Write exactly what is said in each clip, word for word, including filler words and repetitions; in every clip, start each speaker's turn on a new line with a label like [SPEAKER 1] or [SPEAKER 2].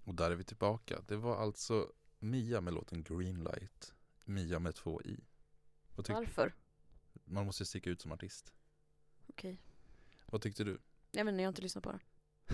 [SPEAKER 1] Och där är vi tillbaka. Det var alltså Mia med låten Greenlight. Mia med två i. Vad tyck-
[SPEAKER 2] Varför?
[SPEAKER 1] Man måste sticka ut som artist.
[SPEAKER 2] Okej.
[SPEAKER 1] Vad tyckte du?
[SPEAKER 2] Jag vet inte, jag har inte lyssnat på det.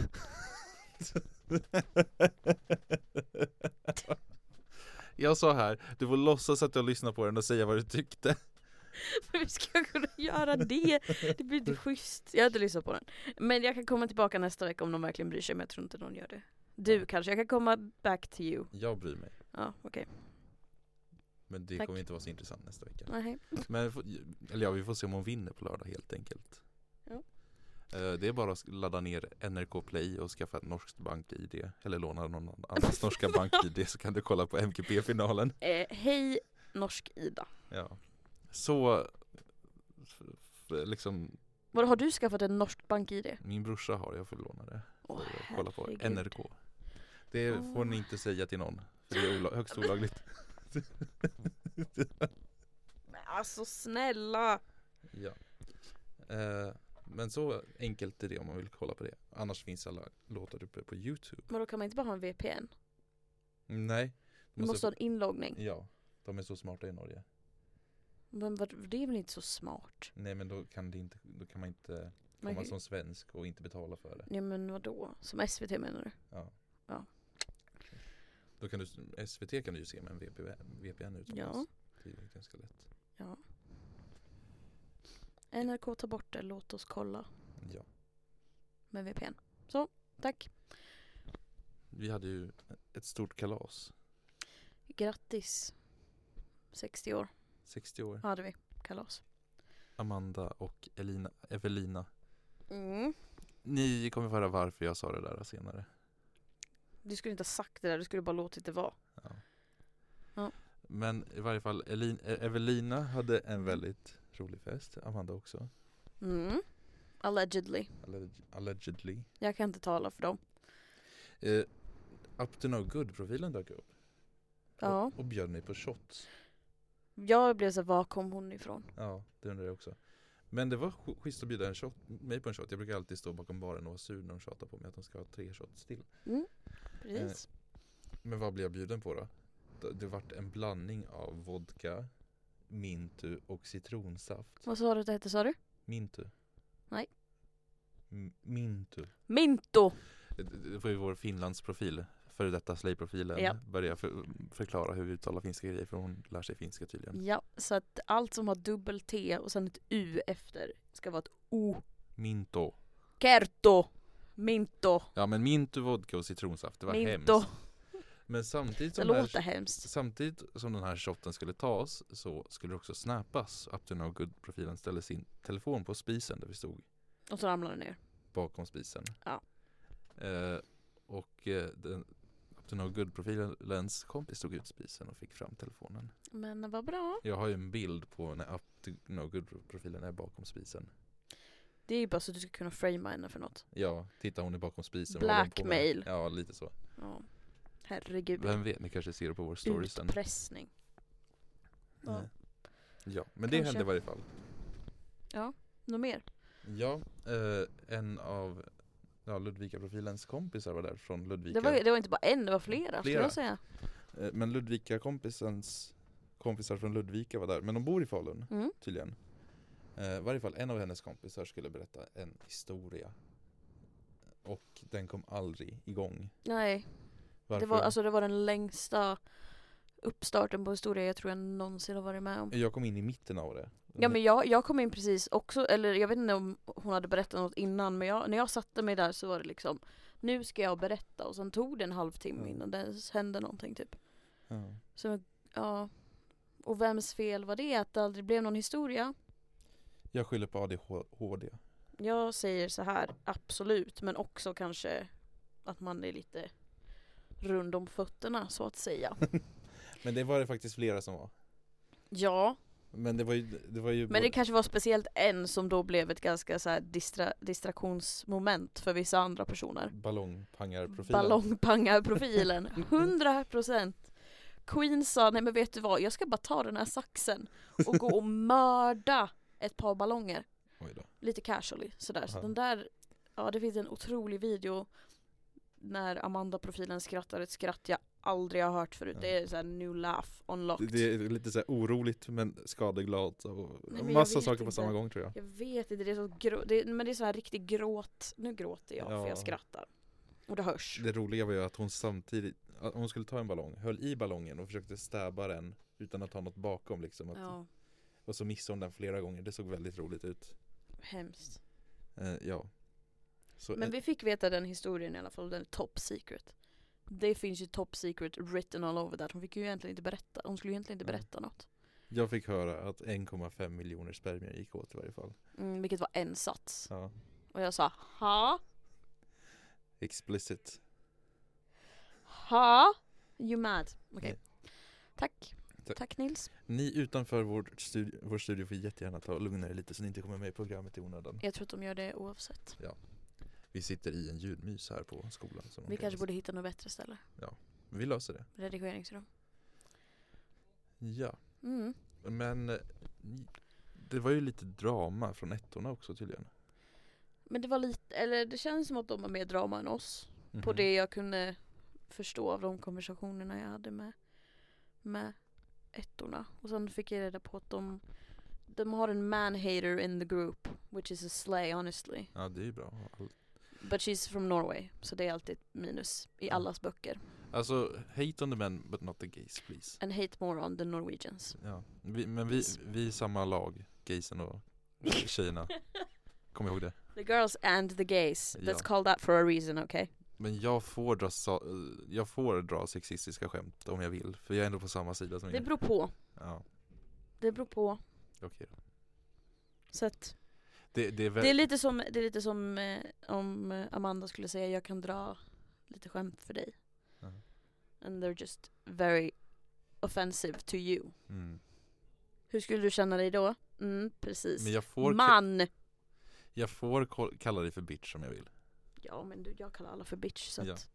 [SPEAKER 1] Jag sa här, du får låtsas att du har lyssnat på den och säga vad du tyckte.
[SPEAKER 2] Men hur ska jag kunna göra det? Det blir inte schysst. Jag har inte lyssnat på den. Men jag kan komma tillbaka nästa vecka om de verkligen bryr sig. Men jag tror inte någon gör det. Du
[SPEAKER 1] Ja.
[SPEAKER 2] kanske. Jag kan komma back to you.
[SPEAKER 1] Jag bryr mig.
[SPEAKER 2] Ja, okej.
[SPEAKER 1] Men det
[SPEAKER 2] Tack.
[SPEAKER 1] kommer inte vara så intressant nästa vecka.
[SPEAKER 2] Nej.
[SPEAKER 1] Men, eller ja, vi får se om hon vinner på lördag helt enkelt.
[SPEAKER 2] Ja.
[SPEAKER 1] Eh, Det är bara att ladda ner N R K Play och skaffa ett norskt bank-I D. Eller låna någon annans norska bank-I D så kan du kolla på M G P-finalen.
[SPEAKER 2] Eh, hej, norsk Ida.
[SPEAKER 1] Ja. Så f- f- liksom
[SPEAKER 2] Vad har du skaffat en norsk bank-I D?
[SPEAKER 1] min brorsa har, jag får låna det.
[SPEAKER 2] Åh,
[SPEAKER 1] För att kolla på
[SPEAKER 2] herregud.
[SPEAKER 1] N R K. Det får ni inte säga till någon. För det är ola- högst olagligt.
[SPEAKER 2] Men alltså snälla.
[SPEAKER 1] Ja. Eh, men så enkelt är det om man vill kolla på det. Annars finns alla låtar uppe på YouTube.
[SPEAKER 2] Men då kan man inte bara ha en V P N?
[SPEAKER 1] Nej.
[SPEAKER 2] Du måste ha en inloggning.
[SPEAKER 1] Ja, de är så smarta i Norge.
[SPEAKER 2] Men vad, det är väl inte så smart?
[SPEAKER 1] Nej, men då kan, det inte, då kan man inte
[SPEAKER 2] Man
[SPEAKER 1] komma
[SPEAKER 2] kan-
[SPEAKER 1] som svensk och inte betala för det.
[SPEAKER 2] Ja, men vadå? Som S V T menar du?
[SPEAKER 1] Ja.
[SPEAKER 2] Ja.
[SPEAKER 1] Då kan du, S V T kan du ju se med en V P N, V P N utomlands. Det är ganska lätt.
[SPEAKER 2] Ja. N R K tar bort det, låt oss kolla
[SPEAKER 1] Ja.
[SPEAKER 2] med V P N. Så, tack.
[SPEAKER 1] Vi hade ju ett stort kalas.
[SPEAKER 2] Grattis. sextio år
[SPEAKER 1] sextio år.
[SPEAKER 2] hade vi kalas.
[SPEAKER 1] Amanda och Elina, Evelina.
[SPEAKER 2] Mm.
[SPEAKER 1] Ni kommer få höra varför jag sa det där senare.
[SPEAKER 2] Du skulle inte ha sagt det där, du skulle bara låtit det vara.
[SPEAKER 1] Ja.
[SPEAKER 2] Ja.
[SPEAKER 1] Men i varje fall, Elin, E- Evelina hade en väldigt rolig fest. Amanda också.
[SPEAKER 2] Mm. Allegedly.
[SPEAKER 1] Alleg- allegedly.
[SPEAKER 2] Jag kan inte tala för dem.
[SPEAKER 1] Eh, Up to No Good-profilen dök upp.
[SPEAKER 2] Ja.
[SPEAKER 1] Och, och bjöd mig på shots.
[SPEAKER 2] Jag blev så, var kom hon ifrån?
[SPEAKER 1] Ja, det undrar jag också. Men det var sch- schysst att bjuda en shot, mig på en shot. Jag brukar alltid stå bakom baren och vara sur när de tjatar på mig att de ska ha tre shots till.
[SPEAKER 2] Mm. Precis.
[SPEAKER 1] Men vad blev jag bjuden på då? Det, det vart en blandning av vodka, mintu och citronsaft.
[SPEAKER 2] Vad sa du att det hette, sa du?
[SPEAKER 1] Mintu.
[SPEAKER 2] Nej.
[SPEAKER 1] M- mintu.
[SPEAKER 2] Minto!
[SPEAKER 1] Det, det var ju vår Finlandsprofil, före detta Slay-profilen,
[SPEAKER 2] Ja.
[SPEAKER 1] börjar för, förklara hur vi uttalar finska grejer, för hon lär sig finska tydligen.
[SPEAKER 2] Ja, så att allt som har dubbel T och sen ett U efter ska vara ett O.
[SPEAKER 1] Minto.
[SPEAKER 2] Kerto! Minto!
[SPEAKER 1] Ja, men mintu, vodka och citronsaft, det var
[SPEAKER 2] Minto!
[SPEAKER 1] hemskt. Men samtidigt
[SPEAKER 2] Det
[SPEAKER 1] som, den
[SPEAKER 2] låter
[SPEAKER 1] här,
[SPEAKER 2] hemskt.
[SPEAKER 1] samtidigt som den här shotten skulle tas så skulle det också snappas. Up to No Good-profilen ställde sin telefon på spisen där vi stod
[SPEAKER 2] Och så ramlar det ner.
[SPEAKER 1] bakom spisen.
[SPEAKER 2] Ja.
[SPEAKER 1] Eh, och eh, den Up to No Good-profilens kompis stod ut spisen och fick fram telefonen.
[SPEAKER 2] Men vad bra.
[SPEAKER 1] Jag har ju en bild på när Up to No Good-profilen är bakom spisen.
[SPEAKER 2] Det är ju bara så att du ska kunna framea henne för något.
[SPEAKER 1] Ja, titta, hon är bakom spisen. Vad håller hon på med?
[SPEAKER 2] Blackmail.
[SPEAKER 1] Ja, lite så.
[SPEAKER 2] Ja. Herregud.
[SPEAKER 1] Vem vet, ni kanske ser det på vår story sen.
[SPEAKER 2] Utpressning. Ja.
[SPEAKER 1] Eh, Ja, men det
[SPEAKER 2] Kanske.
[SPEAKER 1] hände i varje fall.
[SPEAKER 2] Ja, något mer?
[SPEAKER 1] Ja, eh, en av ja, Ludvika-profilens kompisar var där från Ludvika.
[SPEAKER 2] Det var, det var inte bara en, det var flera, skulle
[SPEAKER 1] Flera.
[SPEAKER 2] jag säga.
[SPEAKER 1] Eh, men Ludvika-kompisens kompisar från Ludvika var där. Men de bor i Falun,
[SPEAKER 2] Mm.
[SPEAKER 1] tydligen. Eh, I varje fall en av hennes kompisar skulle berätta en historia. Och den kom aldrig igång.
[SPEAKER 2] Nej,
[SPEAKER 1] Varför?
[SPEAKER 2] det var, alltså, det var den längsta uppstarten på historia jag tror jag någonsin har varit med om.
[SPEAKER 1] Jag kom in i mitten av det.
[SPEAKER 2] Ja, men jag, jag kom in precis också, eller jag vet inte om hon hade berättat något innan, men jag, när jag satte mig där så var det liksom, nu ska jag berätta, och sen tog det en halvtimme
[SPEAKER 1] Mm.
[SPEAKER 2] innan det hände någonting typ.
[SPEAKER 1] Ja.
[SPEAKER 2] Så ja, och vems fel var det att det aldrig blev någon historia?
[SPEAKER 1] Jag skyller på A D H D.
[SPEAKER 2] Jag säger så här, absolut, men också kanske att man är lite rund om fötterna så att säga.
[SPEAKER 1] Men det var det faktiskt flera som var.
[SPEAKER 2] Ja,
[SPEAKER 1] Men det var ju, det var ju
[SPEAKER 2] men
[SPEAKER 1] både-
[SPEAKER 2] det kanske var speciellt en som då blev ett ganska så här distra- distraktionsmoment för vissa andra personer.
[SPEAKER 1] ballongpangarprofilen.
[SPEAKER 2] Ballongpangarprofilen, hundra procent. Queen sa, nej men vet du vad, jag ska bara ta den här saxen och gå och mörda ett par ballonger.
[SPEAKER 1] Oj då.
[SPEAKER 2] Lite casually, sådär. Så
[SPEAKER 1] Aha.
[SPEAKER 2] den där, ja det finns en otrolig video när Amanda-profilen skrattar ett skratt jag aldrig har hört förut.
[SPEAKER 1] Ja.
[SPEAKER 2] Det är så här new laugh unlocked.
[SPEAKER 1] Det är lite så här oroligt men skadeglad och
[SPEAKER 2] Nej, men
[SPEAKER 1] massa
[SPEAKER 2] jag vet
[SPEAKER 1] saker på
[SPEAKER 2] inte.
[SPEAKER 1] samma gång tror jag.
[SPEAKER 2] Jag vet inte, det är så grå, det är, men det är så här riktigt gråt. Nu gråter jag
[SPEAKER 1] Ja.
[SPEAKER 2] för jag skrattar. Och det hörs.
[SPEAKER 1] Det roliga var ju att hon samtidigt, att hon skulle ta en ballong, höll i ballongen och försökte stäba den utan att ha något bakom liksom. Att,
[SPEAKER 2] Ja,
[SPEAKER 1] och så missade hon den flera gånger, det såg väldigt roligt ut.
[SPEAKER 2] hemskt.
[SPEAKER 1] Eh, ja. Så,
[SPEAKER 2] Men
[SPEAKER 1] eh,
[SPEAKER 2] vi fick veta den historien i alla fall, den är top secret. Det finns ju top secret written all over that. Hon fick ju egentligen inte berätta, hon skulle ju egentligen inte
[SPEAKER 1] Nej.
[SPEAKER 2] berätta något.
[SPEAKER 1] jag fick höra att en komma fem miljoner spermier gick åt i varje fall.
[SPEAKER 2] Mm, vilket var en sats.
[SPEAKER 1] Ja.
[SPEAKER 2] Och jag sa, ha?
[SPEAKER 1] Explicit.
[SPEAKER 2] Ha? You mad? Okej.
[SPEAKER 1] Nej.
[SPEAKER 2] Tack.
[SPEAKER 1] Tack.
[SPEAKER 2] Tack Nils.
[SPEAKER 1] Ni utanför vår studio, vår studio får jättegärna ta och lugna er lite så ni inte kommer med i programmet i onödan.
[SPEAKER 2] Jag tror att de gör det oavsett.
[SPEAKER 1] Vi sitter i en ljudmys här på skolan. Som de
[SPEAKER 2] Vi
[SPEAKER 1] kallas.
[SPEAKER 2] kanske borde hitta något bättre ställe.
[SPEAKER 1] Vi löser det.
[SPEAKER 2] Redigeringsrum.
[SPEAKER 1] Ja.
[SPEAKER 2] Mm.
[SPEAKER 1] Men eh, det var ju lite drama från ettorna också tydligen.
[SPEAKER 2] Men det var lite, eller det känns som att de har mer drama än oss. På
[SPEAKER 1] Mhm.
[SPEAKER 2] det jag kunde förstå av de konversationerna jag hade med, med ettorna. Och sen fick jag reda på att de, de har en man-hater in the group. Which is a slay honestly.
[SPEAKER 1] Ja, det är ju bra. All-
[SPEAKER 2] But she's from Norway. Så det är alltid minus i
[SPEAKER 1] Mm.
[SPEAKER 2] allas böcker.
[SPEAKER 1] Alltså, hate on the men but not the gays, please.
[SPEAKER 2] And hate more on the Norwegians.
[SPEAKER 1] Ja. Vi, men vi, vi är samma lag, gaysen och tjejerna. Kom ihåg det.
[SPEAKER 2] The girls and the gays. Let's
[SPEAKER 1] Ja.
[SPEAKER 2] call that for a reason, okay?
[SPEAKER 1] Men jag får dra, sa- jag får dra sexistiska skämt om jag vill. För jag är ändå på samma sida som
[SPEAKER 2] Det
[SPEAKER 1] er.
[SPEAKER 2] beror på.
[SPEAKER 1] Ja,
[SPEAKER 2] Det beror på.
[SPEAKER 1] okej då.
[SPEAKER 2] Så att
[SPEAKER 1] Det, det är väl...
[SPEAKER 2] det är lite som, det är lite som eh, om eh, Amanda skulle säga jag kan dra lite skämt för dig.
[SPEAKER 1] Ja.
[SPEAKER 2] And they're just very offensive to you.
[SPEAKER 1] Mm.
[SPEAKER 2] Hur skulle du känna dig då? Mm, precis.
[SPEAKER 1] Men jag får,
[SPEAKER 2] Man!
[SPEAKER 1] jag får ko- kalla dig för bitch om jag vill.
[SPEAKER 2] Ja, men du, jag kallar alla för bitch. Så
[SPEAKER 1] Ja.
[SPEAKER 2] att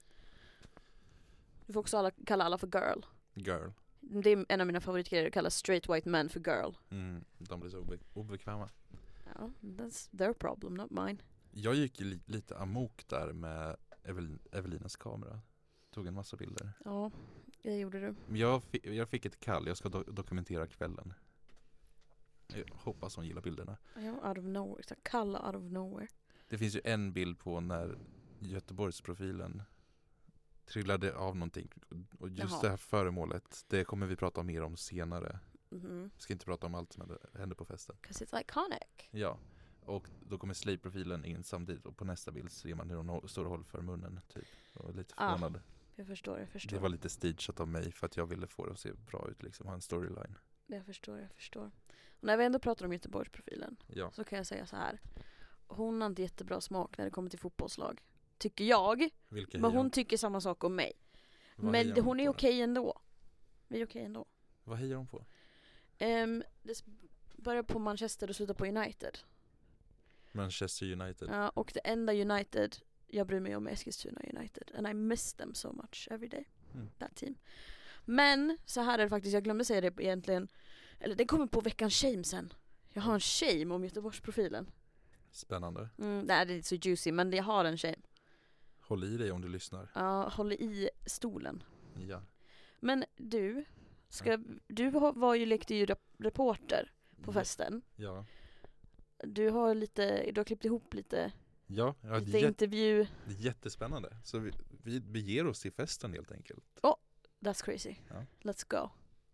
[SPEAKER 2] du får också alla, kalla alla för girl.
[SPEAKER 1] Girl.
[SPEAKER 2] Det är en av mina favoritgrejer att kalla straight white men för girl.
[SPEAKER 1] Mm. De blir så obe- obekväma.
[SPEAKER 2] Ja, that's their problem, not mine.
[SPEAKER 1] Jag gick ju li- lite amok där med Evelin, Evelinas kamera. Tog en massa bilder.
[SPEAKER 2] Ja, det gjorde du.
[SPEAKER 1] Men Jag, fi- jag fick ett kall, jag ska do- dokumentera kvällen. Jag hoppas hon gillar bilderna.
[SPEAKER 2] Ja, out of nowhere. Så kalla out of nowhere.
[SPEAKER 1] Det finns ju en bild på när Göteborgsprofilen trillade av någonting. Och just
[SPEAKER 2] Jaha.
[SPEAKER 1] det här föremålet, det kommer vi prata mer om senare.
[SPEAKER 2] Mhm.
[SPEAKER 1] Vi ska inte prata om allt som hände- hände på festen.
[SPEAKER 2] 'Cause it's iconic.
[SPEAKER 1] Ja, och då kommer Slay-profilen in samtidigt. Och på nästa bild ser man hur hon hå- står och håller för munnen. Typ. Och lite
[SPEAKER 2] Ah,
[SPEAKER 1] förvånad.
[SPEAKER 2] Jag förstår, jag förstår.
[SPEAKER 1] Det var lite stageat av mig för att jag ville få det att se bra ut. Liksom, ha en storyline.
[SPEAKER 2] Jag förstår, jag förstår. Och när vi ändå pratar om Göteborgsprofilen
[SPEAKER 1] Ja,
[SPEAKER 2] så kan jag säga så här. Hon har inte jättebra smak när det kommer till fotbollslag. Tycker jag.
[SPEAKER 1] vilka
[SPEAKER 2] Men
[SPEAKER 1] hejar-
[SPEAKER 2] hon tycker samma sak om mig.
[SPEAKER 1] vad
[SPEAKER 2] Men
[SPEAKER 1] hejar
[SPEAKER 2] det- hon är
[SPEAKER 1] på?
[SPEAKER 2] okej ändå. Vi är okej ändå.
[SPEAKER 1] Vad hejar hon på?
[SPEAKER 2] Um, det s- börjar på Manchester och slutar på United.
[SPEAKER 1] Manchester United.
[SPEAKER 2] Ja, och det enda United jag bryr mig om är Eskilstuna United. And I miss them so much every day.
[SPEAKER 1] Mm.
[SPEAKER 2] That team. Men så här är det faktiskt, jag glömde säga det egentligen. Eller det kommer på veckans shame sen. Jag har en shame om Göteborgsprofilen.
[SPEAKER 1] Spännande.
[SPEAKER 2] Mm, nej, det är inte så juicy, men jag har en shame.
[SPEAKER 1] Håll i dig om du lyssnar.
[SPEAKER 2] Ja, håller i stolen.
[SPEAKER 1] Ja.
[SPEAKER 2] Men du, ska, du har- var ju lekte ju rep- reporter på festen.
[SPEAKER 1] Ja.
[SPEAKER 2] Du har lite, du har klippt ihop lite,
[SPEAKER 1] Ja, ja det,
[SPEAKER 2] lite
[SPEAKER 1] är jät-
[SPEAKER 2] intervju.
[SPEAKER 1] det är jättespännande. Så vi, vi beger oss till festen helt enkelt.
[SPEAKER 2] That's crazy.
[SPEAKER 1] Ja.
[SPEAKER 2] Let's go.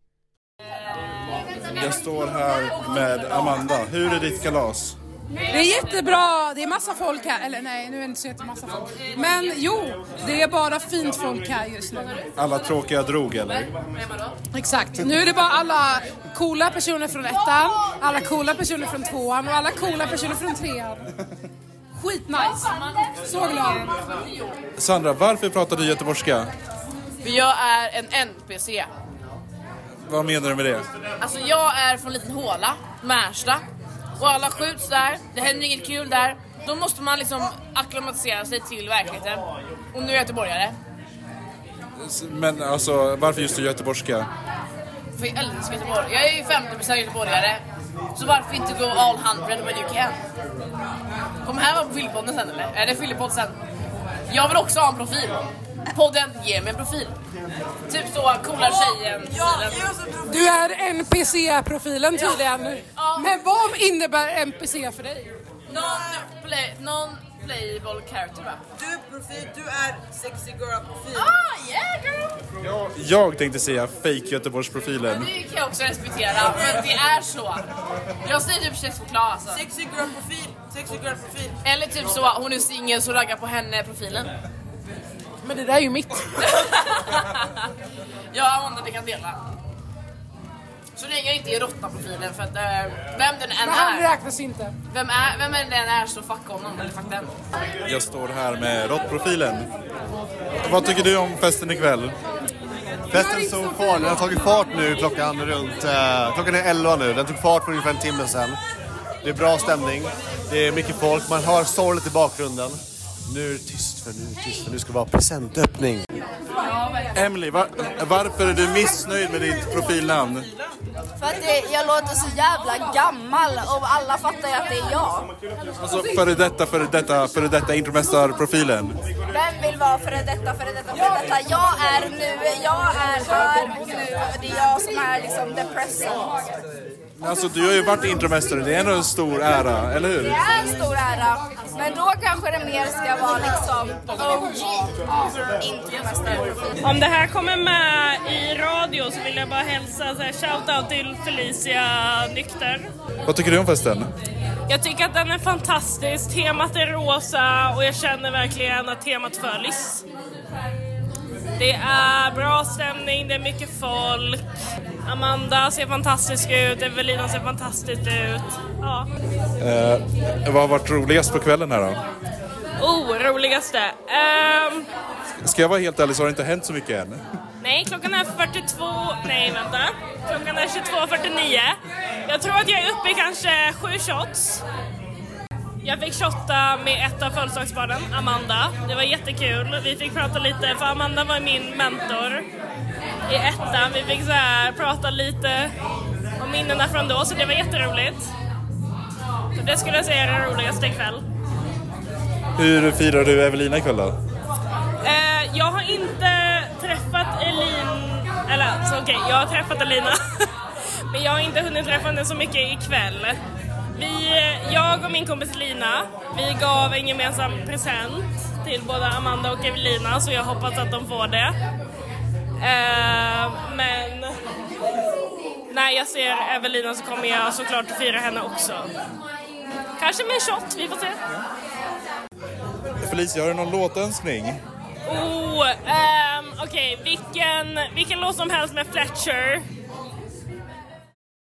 [SPEAKER 3] Jag står här med Amanda. Hur är ditt kalas?
[SPEAKER 4] Det är jättebra, det är massa folk här. Eller nej, nu är det inte så jättemassa folk. Men jo, det är bara fint folk här just nu.
[SPEAKER 3] Alla tråkiga drog eller?
[SPEAKER 4] Exakt, nu är det bara alla coola personer från ettan, alla coola personer från tvåan och alla coola personer från trean. Skitnice, så glad.
[SPEAKER 3] Sandra, varför pratar du göteborgska?
[SPEAKER 5] För jag är en N P C.
[SPEAKER 3] Vad menar du med det?
[SPEAKER 5] Alltså jag är från en liten håla, Märsta. Och alla skjuts där, det händer inget kul där. Då måste man liksom akklimatisera sig till verkligheten. Och nu är jag göteborgare.
[SPEAKER 3] Men alltså, varför just du göteborgska?
[SPEAKER 5] För jag älskar Göteborg. Jag är ju femtio procent göteborgare. Så varför inte gå all hundred when you can? Kom här på Fyllpodden sen eller? Är det Fyllpodd sen? Jag vill också ha en profil. Podden ger mig en profil. Typ så, coola tjejen.
[SPEAKER 6] Ja,
[SPEAKER 4] Du är N P C-profilen tydligen.
[SPEAKER 5] Ja.
[SPEAKER 4] Men vad innebär N P C för dig?
[SPEAKER 5] Non-play, non-playable character, va?
[SPEAKER 6] du är profil, du är sexy girl profil.
[SPEAKER 5] Ah, yeah girl!
[SPEAKER 3] Jag, jag tänkte säga fake Göteborgsprofilen.
[SPEAKER 5] Det kan jag också respektera, för det är så. Jag säger typ kexchoklad alltså.
[SPEAKER 6] Sexy girl profil, sexy girl profil.
[SPEAKER 5] Eller typ så, hon är singel så raggar på henne profilen.
[SPEAKER 4] Men det där är ju mitt.
[SPEAKER 5] Ja, Amanda, vi kan dela. Så länge jag inte är råtta-profilen, för att äh, vem den än
[SPEAKER 4] Men han
[SPEAKER 5] är,
[SPEAKER 4] räknas inte.
[SPEAKER 5] vem, är, vem den än är så fuck honom, eller fuck den.
[SPEAKER 3] Jag står här med råttprofilen. Vad tycker du om festen ikväll?
[SPEAKER 7] Festen så far, den har tagit fart nu klockan runt, eh, klockan är elva nu, den tog fart för ungefär en timme sedan. Det är bra stämning, det är mycket folk, man hör sorgligt i bakgrunden. Nu är det tyst för nu är det tyst för nu ska det vara presentöppning.
[SPEAKER 3] Emily, var, varför är du missnöjd med ditt profilnamn?
[SPEAKER 8] För att det, jag låter så jävla gammal och alla fattar ju att det är jag.
[SPEAKER 3] Alltså före detta, före detta, före detta intromästarprofilen.
[SPEAKER 8] Vem vill vara före detta, före detta, före detta? Jag är nu, jag är här och nu. Det är jag som är liksom the present.
[SPEAKER 3] Alltså du har ju varit intromästare, det är ändå en stor ära, eller hur?
[SPEAKER 8] Det är en stor ära, men då kanske det mer ska vara liksom O G intromästarprofil.
[SPEAKER 9] Om det här kommer med i radio så vill jag bara hälsa så här, shoutout till Felicia Nykter.
[SPEAKER 3] Vad tycker du om festen?
[SPEAKER 9] Jag tycker att den är fantastisk, temat är rosa och jag känner verkligen att temat följs. Det är bra stämning, det är mycket folk. Amanda ser fantastisk ut, Evelina ser fantastiskt ut. Ja.
[SPEAKER 3] Eh, vad har varit roligast på kvällen här då?
[SPEAKER 9] Oh, roligaste. Um,
[SPEAKER 3] Ska jag vara helt ärlig så har det inte hänt så mycket än.
[SPEAKER 9] nej, klockan är fyrtiotvå... Nej, vänta. Klockan är tjugotvå fyrtionio. Jag tror att jag är uppe i kanske sju shots. Jag fick shotta med ett av födelsedagsbarnen, Amanda. Det var jättekul. Vi fick prata lite, för Amanda var min mentor i ettan. Vi fick så här prata lite om minnena från då, så det var jätteroligt. Så det skulle jag säga är det roligaste ikväll.
[SPEAKER 3] Hur firar du Evelina ikväll då?
[SPEAKER 9] Eh, jag har inte träffat Elin, eller så okej, okay, jag har träffat Elina. Men jag har inte hunnit träffa henne så mycket ikväll. Vi, jag och min kompis Lina, vi gav en gemensam present till både Amanda och Evelina, så jag hoppas att de får det. Eh, men när jag ser Evelina så kommer jag såklart fira henne också. Kanske med en shot, vi får se.
[SPEAKER 3] Felicia, har du någon låtönskning?
[SPEAKER 9] Oh, um, okej, okay. vilken, vilken låt som helst med Fletcher.